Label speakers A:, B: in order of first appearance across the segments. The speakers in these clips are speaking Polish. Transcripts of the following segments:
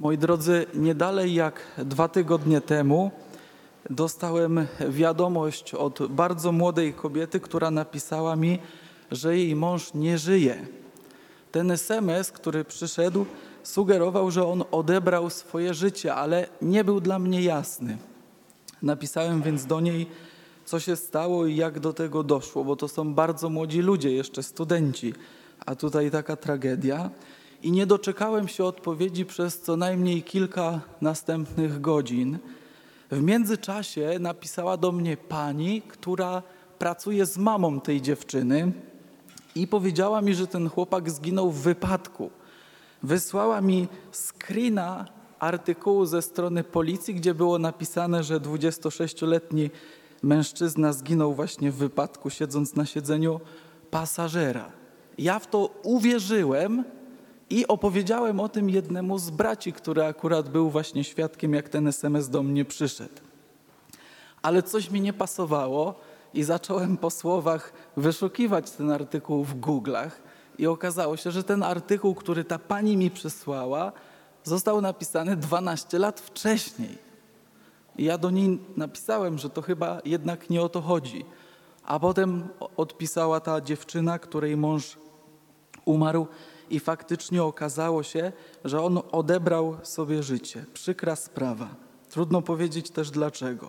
A: Moi drodzy, nie dalej jak 2 tygodnie temu dostałem wiadomość od bardzo młodej kobiety, która napisała mi, że jej mąż nie żyje. Ten SMS, który przyszedł, sugerował, że on odebrał swoje życie, ale nie był dla mnie jasny. Napisałem więc do niej, co się stało i jak do tego doszło, bo to są bardzo młodzi ludzie, jeszcze studenci, a tutaj taka tragedia. I nie doczekałem się odpowiedzi przez co najmniej kilka następnych godzin. W międzyczasie napisała do mnie pani, która pracuje z mamą tej dziewczyny i powiedziała mi, że ten chłopak zginął w wypadku. Wysłała mi screena artykułu ze strony policji, gdzie było napisane, że 26-letni mężczyzna zginął właśnie w wypadku, siedząc na siedzeniu pasażera. Ja w to uwierzyłem i opowiedziałem o tym jednemu z braci, który akurat był właśnie świadkiem, jak ten SMS do mnie przyszedł. Ale coś mi nie pasowało i zacząłem po słowach wyszukiwać ten artykuł w Google'ach i okazało się, że ten artykuł, który ta pani mi przysłała, został napisany 12 lat wcześniej. I ja do niej napisałem, że to chyba jednak nie o to chodzi. A potem odpisała ta dziewczyna, której mąż umarł i faktycznie okazało się, że on odebrał sobie życie. Przykra sprawa. Trudno powiedzieć też dlaczego.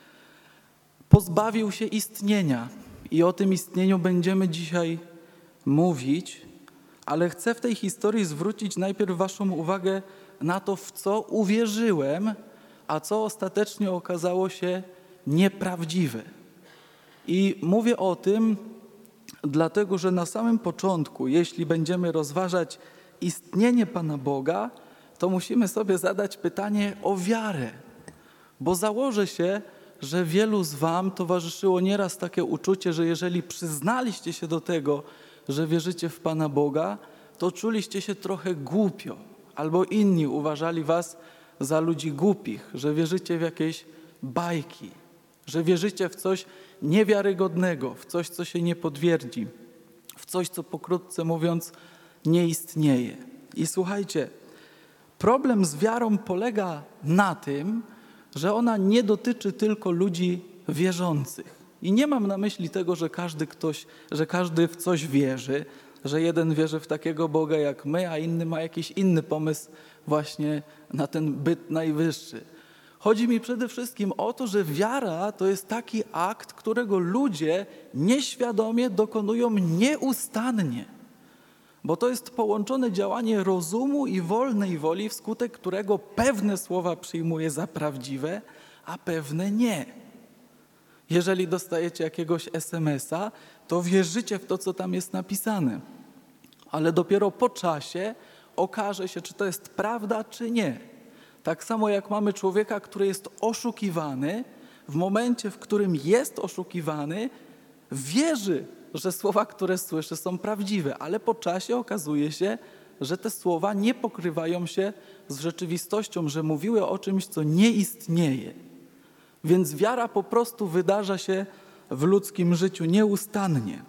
A: Pozbawił się istnienia i o tym istnieniu będziemy dzisiaj mówić, ale chcę w tej historii zwrócić najpierw waszą uwagę na to, w co uwierzyłem, a co ostatecznie okazało się nieprawdziwe. I mówię o tym dlatego, że na samym początku, jeśli będziemy rozważać istnienie Pana Boga, to musimy sobie zadać pytanie o wiarę. Bo założę się, że wielu z wam towarzyszyło nieraz takie uczucie, że jeżeli przyznaliście się do tego, że wierzycie w Pana Boga, to czuliście się trochę głupio, albo inni uważali was za ludzi głupich, że wierzycie w jakieś bajki, że wierzycie w coś niewiarygodnego, w coś, co się nie potwierdzi, w coś, co pokrótce mówiąc nie istnieje. I słuchajcie, problem z wiarą polega na tym, że ona nie dotyczy tylko ludzi wierzących. I nie mam na myśli tego, że każdy w coś wierzy, że jeden wierzy w takiego Boga jak my, a inny ma jakiś inny pomysł właśnie na ten byt najwyższy. Chodzi mi przede wszystkim o to, że wiara to jest taki akt, którego ludzie nieświadomie dokonują nieustannie. Bo to jest połączone działanie rozumu i wolnej woli, wskutek którego pewne słowa przyjmuje za prawdziwe, a pewne nie. Jeżeli dostajecie jakiegoś SMS-a, to wierzycie w to, co tam jest napisane. Ale dopiero po czasie okaże się, czy to jest prawda, czy nie. Tak samo jak mamy człowieka, który jest oszukiwany, w momencie, w którym jest oszukiwany, wierzy, że słowa, które słyszy, są prawdziwe, ale po czasie okazuje się, że te słowa nie pokrywają się z rzeczywistością, że mówiły o czymś, co nie istnieje. Więc wiara po prostu wydarza się w ludzkim życiu nieustannie.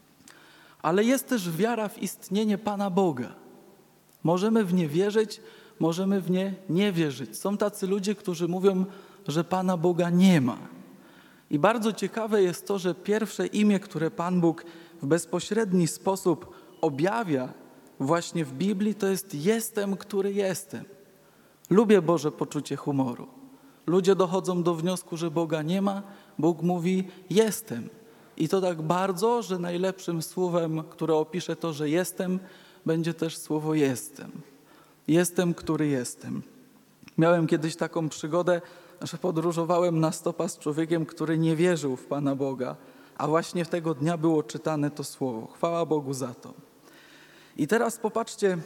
A: Ale jest też wiara w istnienie Pana Boga. Możemy w nie wierzyć, możemy w nie nie wierzyć. Są tacy ludzie, którzy mówią, że Pana Boga nie ma. I bardzo ciekawe jest to, że pierwsze imię, które Pan Bóg w bezpośredni sposób objawia właśnie w Biblii, to jest Jestem, który jestem. Lubię Boże poczucie humoru. Ludzie dochodzą do wniosku, że Boga nie ma. Bóg mówi Jestem. I to tak bardzo, że najlepszym słowem, które opisze to, że jestem, będzie też słowo jestem. Jestem, który jestem. Miałem kiedyś taką przygodę, że podróżowałem na stopa z człowiekiem, który nie wierzył w Pana Boga, a właśnie tego dnia było czytane to słowo. Chwała Bogu za to. I teraz popatrzcie,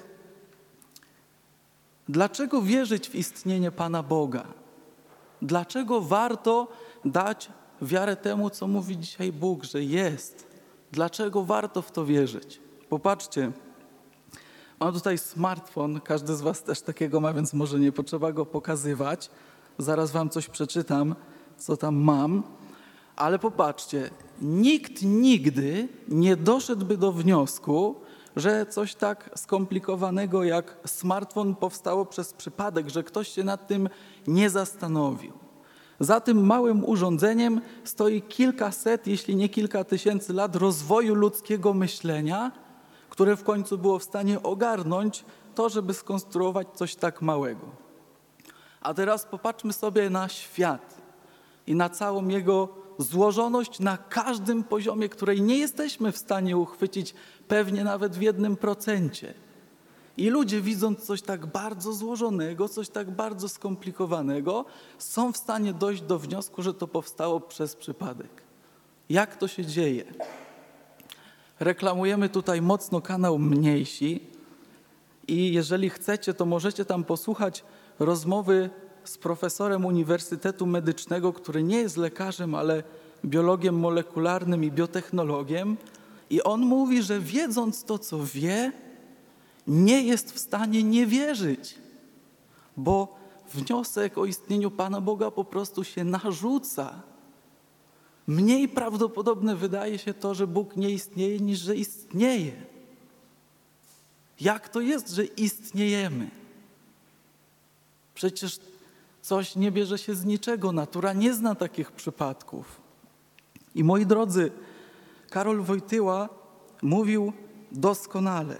A: dlaczego wierzyć w istnienie Pana Boga? Dlaczego warto dać wiarę temu, co mówi dzisiaj Bóg, że jest? Dlaczego warto w to wierzyć? Popatrzcie, mam tutaj smartfon, każdy z was też takiego ma, więc może nie potrzeba go pokazywać. Zaraz wam coś przeczytam, co tam mam. Ale popatrzcie, nikt nigdy nie doszedłby do wniosku, że coś tak skomplikowanego jak smartfon powstało przez przypadek, że ktoś się nad tym nie zastanowił. Za tym małym urządzeniem stoi kilkaset, jeśli nie kilka tysięcy lat rozwoju ludzkiego myślenia, które w końcu było w stanie ogarnąć to, żeby skonstruować coś tak małego. A teraz popatrzmy sobie na świat i na całą jego złożoność na każdym poziomie, której nie jesteśmy w stanie uchwycić, pewnie nawet w 1%. I ludzie, widząc coś tak bardzo złożonego, coś tak bardzo skomplikowanego, są w stanie dojść do wniosku, że to powstało przez przypadek. Jak to się dzieje? Reklamujemy tutaj mocno kanał Mniejsi i jeżeli chcecie, to możecie tam posłuchać rozmowy z profesorem Uniwersytetu Medycznego, który nie jest lekarzem, ale biologiem molekularnym i biotechnologiem. I on mówi, że wiedząc to, co wie, nie jest w stanie nie wierzyć, bo wniosek o istnieniu Pana Boga po prostu się narzuca. Mniej prawdopodobne wydaje się to, że Bóg nie istnieje, niż że istnieje. Jak to jest, że istniejemy? Przecież coś nie bierze się z niczego. Natura nie zna takich przypadków. I moi drodzy, Karol Wojtyła mówił doskonale.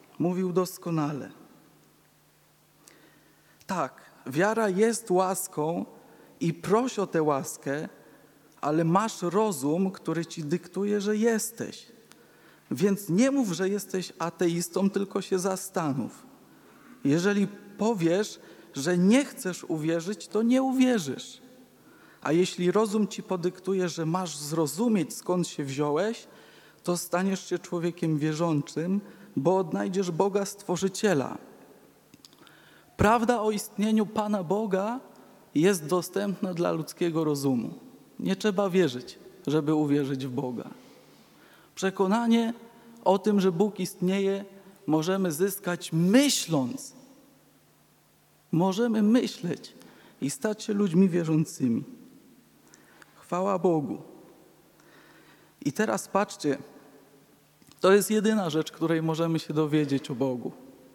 A: Tak, wiara jest łaską i proś o tę łaskę, ale masz rozum, który ci dyktuje, że jesteś. Więc nie mów, że jesteś ateistą, tylko się zastanów. Jeżeli powiesz, że nie chcesz uwierzyć, to nie uwierzysz. A jeśli rozum ci podyktuje, że masz zrozumieć, skąd się wziąłeś, to staniesz się człowiekiem wierzącym, bo odnajdziesz Boga Stworzyciela. Prawda o istnieniu Pana Boga jest dostępna dla ludzkiego rozumu. Nie trzeba wierzyć, żeby uwierzyć w Boga. Przekonanie o tym, że Bóg istnieje, możemy zyskać myśląc. Możemy myśleć i stać się ludźmi wierzącymi. Chwała Bogu. I teraz patrzcie, to jest jedyna rzecz, której możemy się dowiedzieć o Bogu.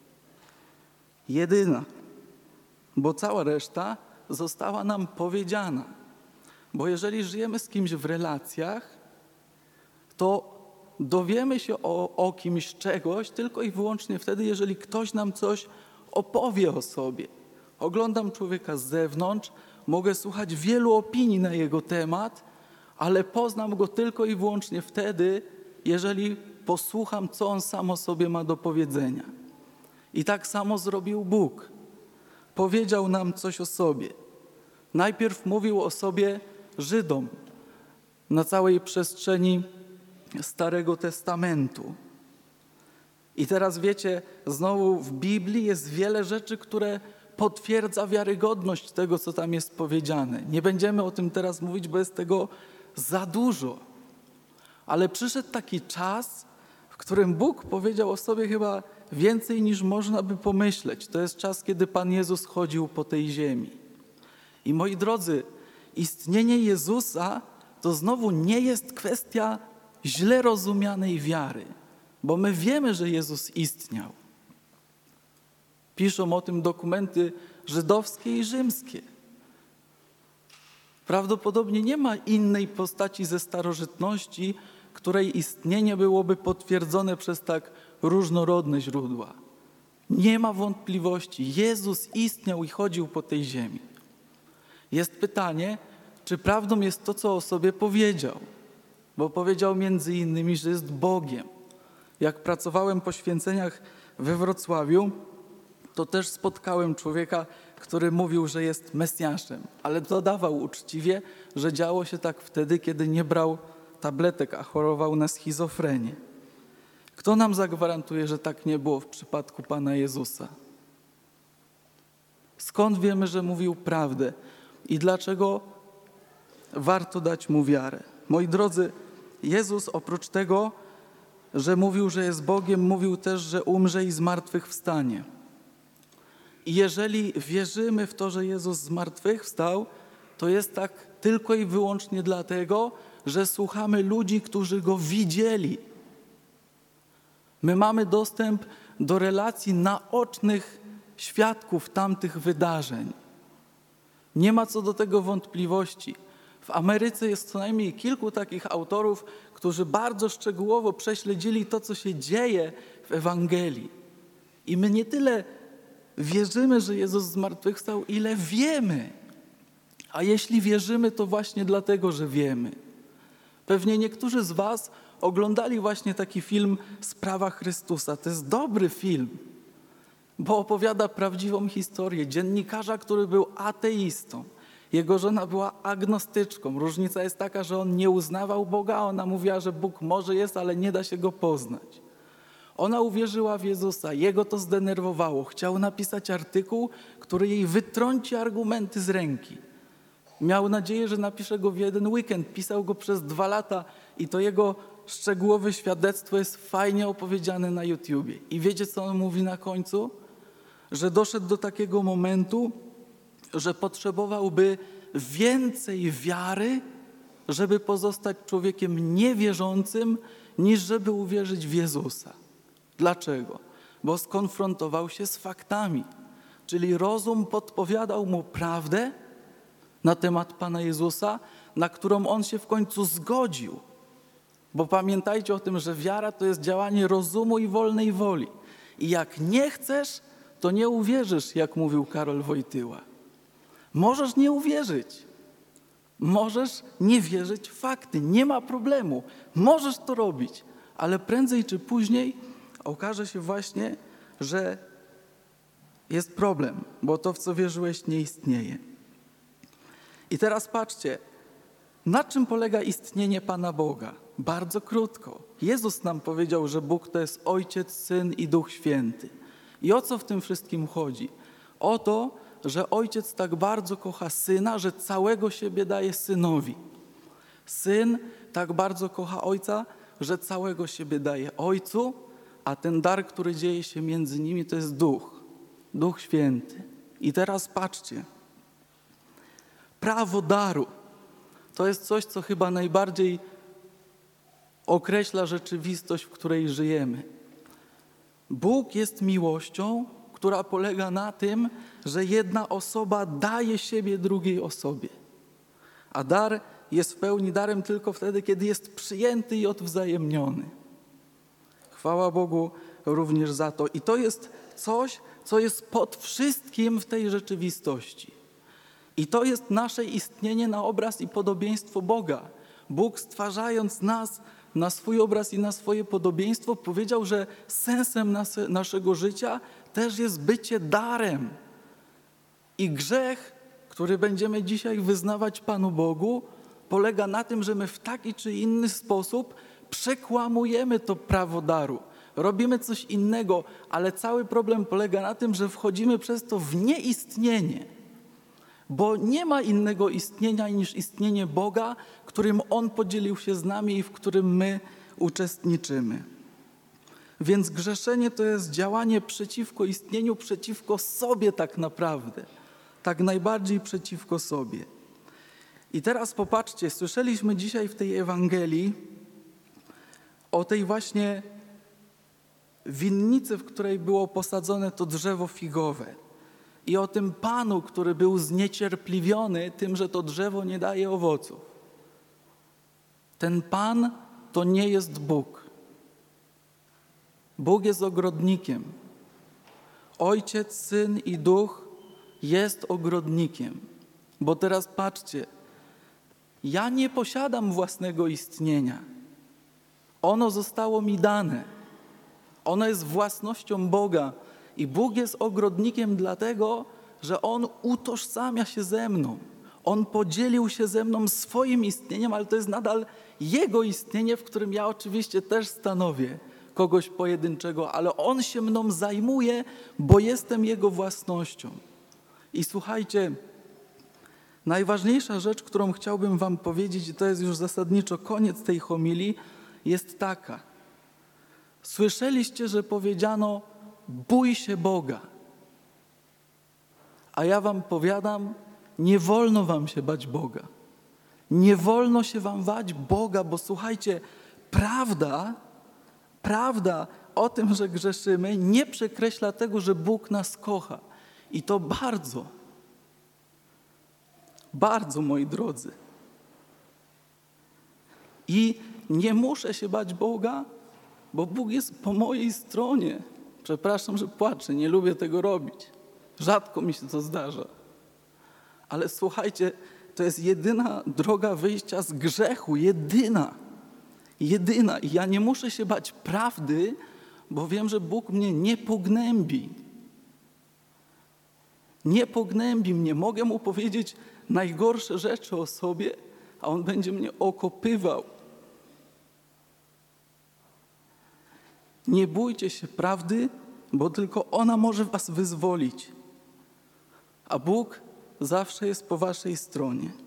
A: Jedyna. Bo cała reszta została nam powiedziana. Bo jeżeli żyjemy z kimś w relacjach, to dowiemy się o kimś czegoś tylko i wyłącznie wtedy, jeżeli ktoś nam coś opowie o sobie. Oglądam człowieka z zewnątrz, mogę słuchać wielu opinii na jego temat, ale poznam go tylko i wyłącznie wtedy, jeżeli posłucham, co on sam o sobie ma do powiedzenia. I tak samo zrobił Bóg. Powiedział nam coś o sobie. Najpierw mówił o sobie Żydom na całej przestrzeni Starego Testamentu. I teraz wiecie, znowu w Biblii jest wiele rzeczy, które potwierdza wiarygodność tego, co tam jest powiedziane. Nie będziemy o tym teraz mówić, bo jest tego za dużo. Ale przyszedł taki czas, w którym Bóg powiedział o sobie chyba więcej niż można by pomyśleć. To jest czas, kiedy Pan Jezus chodził po tej ziemi. I moi drodzy, istnienie Jezusa to znowu nie jest kwestia źle rozumianej wiary, bo my wiemy, że Jezus istniał. Piszą o tym dokumenty żydowskie i rzymskie. Prawdopodobnie nie ma innej postaci ze starożytności, której istnienie byłoby potwierdzone przez tak różnorodne źródła. Nie ma wątpliwości. Jezus istniał i chodził po tej ziemi. Jest pytanie, czy prawdą jest to, co o sobie powiedział. Bo powiedział między innymi, że jest Bogiem. Jak pracowałem po święceniach we Wrocławiu, to też spotkałem człowieka, który mówił, że jest Mesjaszem, ale dodawał uczciwie, że działo się tak wtedy, kiedy nie brał tabletek, a chorował na schizofrenię. Kto nam zagwarantuje, że tak nie było w przypadku Pana Jezusa? Skąd wiemy, że mówił prawdę i dlaczego warto dać Mu wiarę? Moi drodzy, Jezus oprócz tego, że mówił, że jest Bogiem, mówił też, że umrze i zmartwychwstanie. I jeżeli wierzymy w to, że Jezus zmartwychwstał, to jest tak tylko i wyłącznie dlatego, że słuchamy ludzi, którzy Go widzieli. My mamy dostęp do relacji naocznych świadków tamtych wydarzeń. Nie ma co do tego wątpliwości. W Ameryce jest co najmniej kilku takich autorów, którzy bardzo szczegółowo prześledzili to, co się dzieje w Ewangelii. I my nie tyle wierzymy, że Jezus zmartwychwstał, ile wiemy. A jeśli wierzymy, to właśnie dlatego, że wiemy. Pewnie niektórzy z was oglądali właśnie taki film Sprawa Chrystusa. To jest dobry film, bo opowiada prawdziwą historię dziennikarza, który był ateistą. Jego żona była agnostyczką. Różnica jest taka, że on nie uznawał Boga, a ona mówiła, że Bóg może jest, ale nie da się Go poznać. Ona uwierzyła w Jezusa, jego to zdenerwowało. Chciał napisać artykuł, który jej wytrąci argumenty z ręki. Miał nadzieję, że napisze go w jeden weekend. Pisał go przez 2 lata i to jego szczegółowe świadectwo jest fajnie opowiedziane na YouTubie. I wiecie, co on mówi na końcu? Że doszedł do takiego momentu, że potrzebowałby więcej wiary, żeby pozostać człowiekiem niewierzącym, niż żeby uwierzyć w Jezusa. Dlaczego? Bo skonfrontował się z faktami. Czyli rozum podpowiadał mu prawdę na temat Pana Jezusa, na którą on się w końcu zgodził. Bo pamiętajcie o tym, że wiara to jest działanie rozumu i wolnej woli. I jak nie chcesz, to nie uwierzysz, jak mówił Karol Wojtyła. Możesz nie uwierzyć. Możesz nie wierzyć w fakty. Nie ma problemu. Możesz to robić. Ale prędzej czy później okaże się właśnie, że jest problem, bo to, w co wierzyłeś, nie istnieje. I teraz patrzcie, na czym polega istnienie Pana Boga? Bardzo krótko. Jezus nam powiedział, że Bóg to jest Ojciec, Syn i Duch Święty. I o co w tym wszystkim chodzi? O to, że Ojciec tak bardzo kocha Syna, że całego siebie daje Synowi. Syn tak bardzo kocha Ojca, że całego siebie daje Ojcu, a ten dar, który dzieje się między nimi, to jest Duch. Duch Święty. I teraz patrzcie. Prawo daru to jest coś, co chyba najbardziej określa rzeczywistość, w której żyjemy. Bóg jest miłością, która polega na tym, że jedna osoba daje siebie drugiej osobie. A dar jest w pełni darem tylko wtedy, kiedy jest przyjęty i odwzajemniony. Chwała Bogu również za to. I to jest coś, co jest pod wszystkim w tej rzeczywistości. I to jest nasze istnienie na obraz i podobieństwo Boga. Bóg, stwarzając nas na swój obraz i na swoje podobieństwo, powiedział, że sensem naszego życia też jest bycie darem. I grzech, który będziemy dzisiaj wyznawać Panu Bogu, polega na tym, że my w taki czy inny sposób przekłamujemy to prawo daru. Robimy coś innego, ale cały problem polega na tym, że wchodzimy przez to w nieistnienie. Bo nie ma innego istnienia niż istnienie Boga, którym On podzielił się z nami i w którym my uczestniczymy. Więc grzeszenie to jest działanie przeciwko istnieniu, przeciwko sobie tak naprawdę. Tak najbardziej przeciwko sobie. I teraz popatrzcie, słyszeliśmy dzisiaj w tej Ewangelii o tej właśnie winnicy, w której było posadzone to drzewo figowe. I o tym Panu, który był zniecierpliwiony tym, że to drzewo nie daje owoców. Ten Pan to nie jest Bóg. Bóg jest ogrodnikiem. Ojciec, Syn i Duch jest ogrodnikiem. Bo teraz patrzcie, ja nie posiadam własnego istnienia. Ono zostało mi dane. Ono jest własnością Boga. I Bóg jest ogrodnikiem dlatego, że On utożsamia się ze mną. On podzielił się ze mną swoim istnieniem, ale to jest nadal Jego istnienie, w którym ja oczywiście też stanowię kogoś pojedynczego, ale On się mną zajmuje, bo jestem Jego własnością. I słuchajcie, najważniejsza rzecz, którą chciałbym wam powiedzieć, i to jest już zasadniczo koniec tej homilii, jest taka. Słyszeliście, że powiedziano: bój się Boga. A ja wam powiadam, nie wolno wam się bać Boga. Nie wolno się wam bać Boga, bo słuchajcie, prawda o tym, że grzeszymy, nie przekreśla tego, że Bóg nas kocha. I to bardzo, bardzo, moi drodzy. I nie muszę się bać Boga, bo Bóg jest po mojej stronie. Przepraszam, że płaczę, nie lubię tego robić. Rzadko mi się to zdarza. Ale słuchajcie, to jest jedyna droga wyjścia z grzechu, jedyna. Jedyna. I ja nie muszę się bać prawdy, bo wiem, że Bóg mnie nie pognębi. Nie pognębi mnie. Mogę Mu powiedzieć najgorsze rzeczy o sobie, a On będzie mnie okopywał. Nie bójcie się prawdy, bo tylko ona może was wyzwolić. A Bóg zawsze jest po waszej stronie.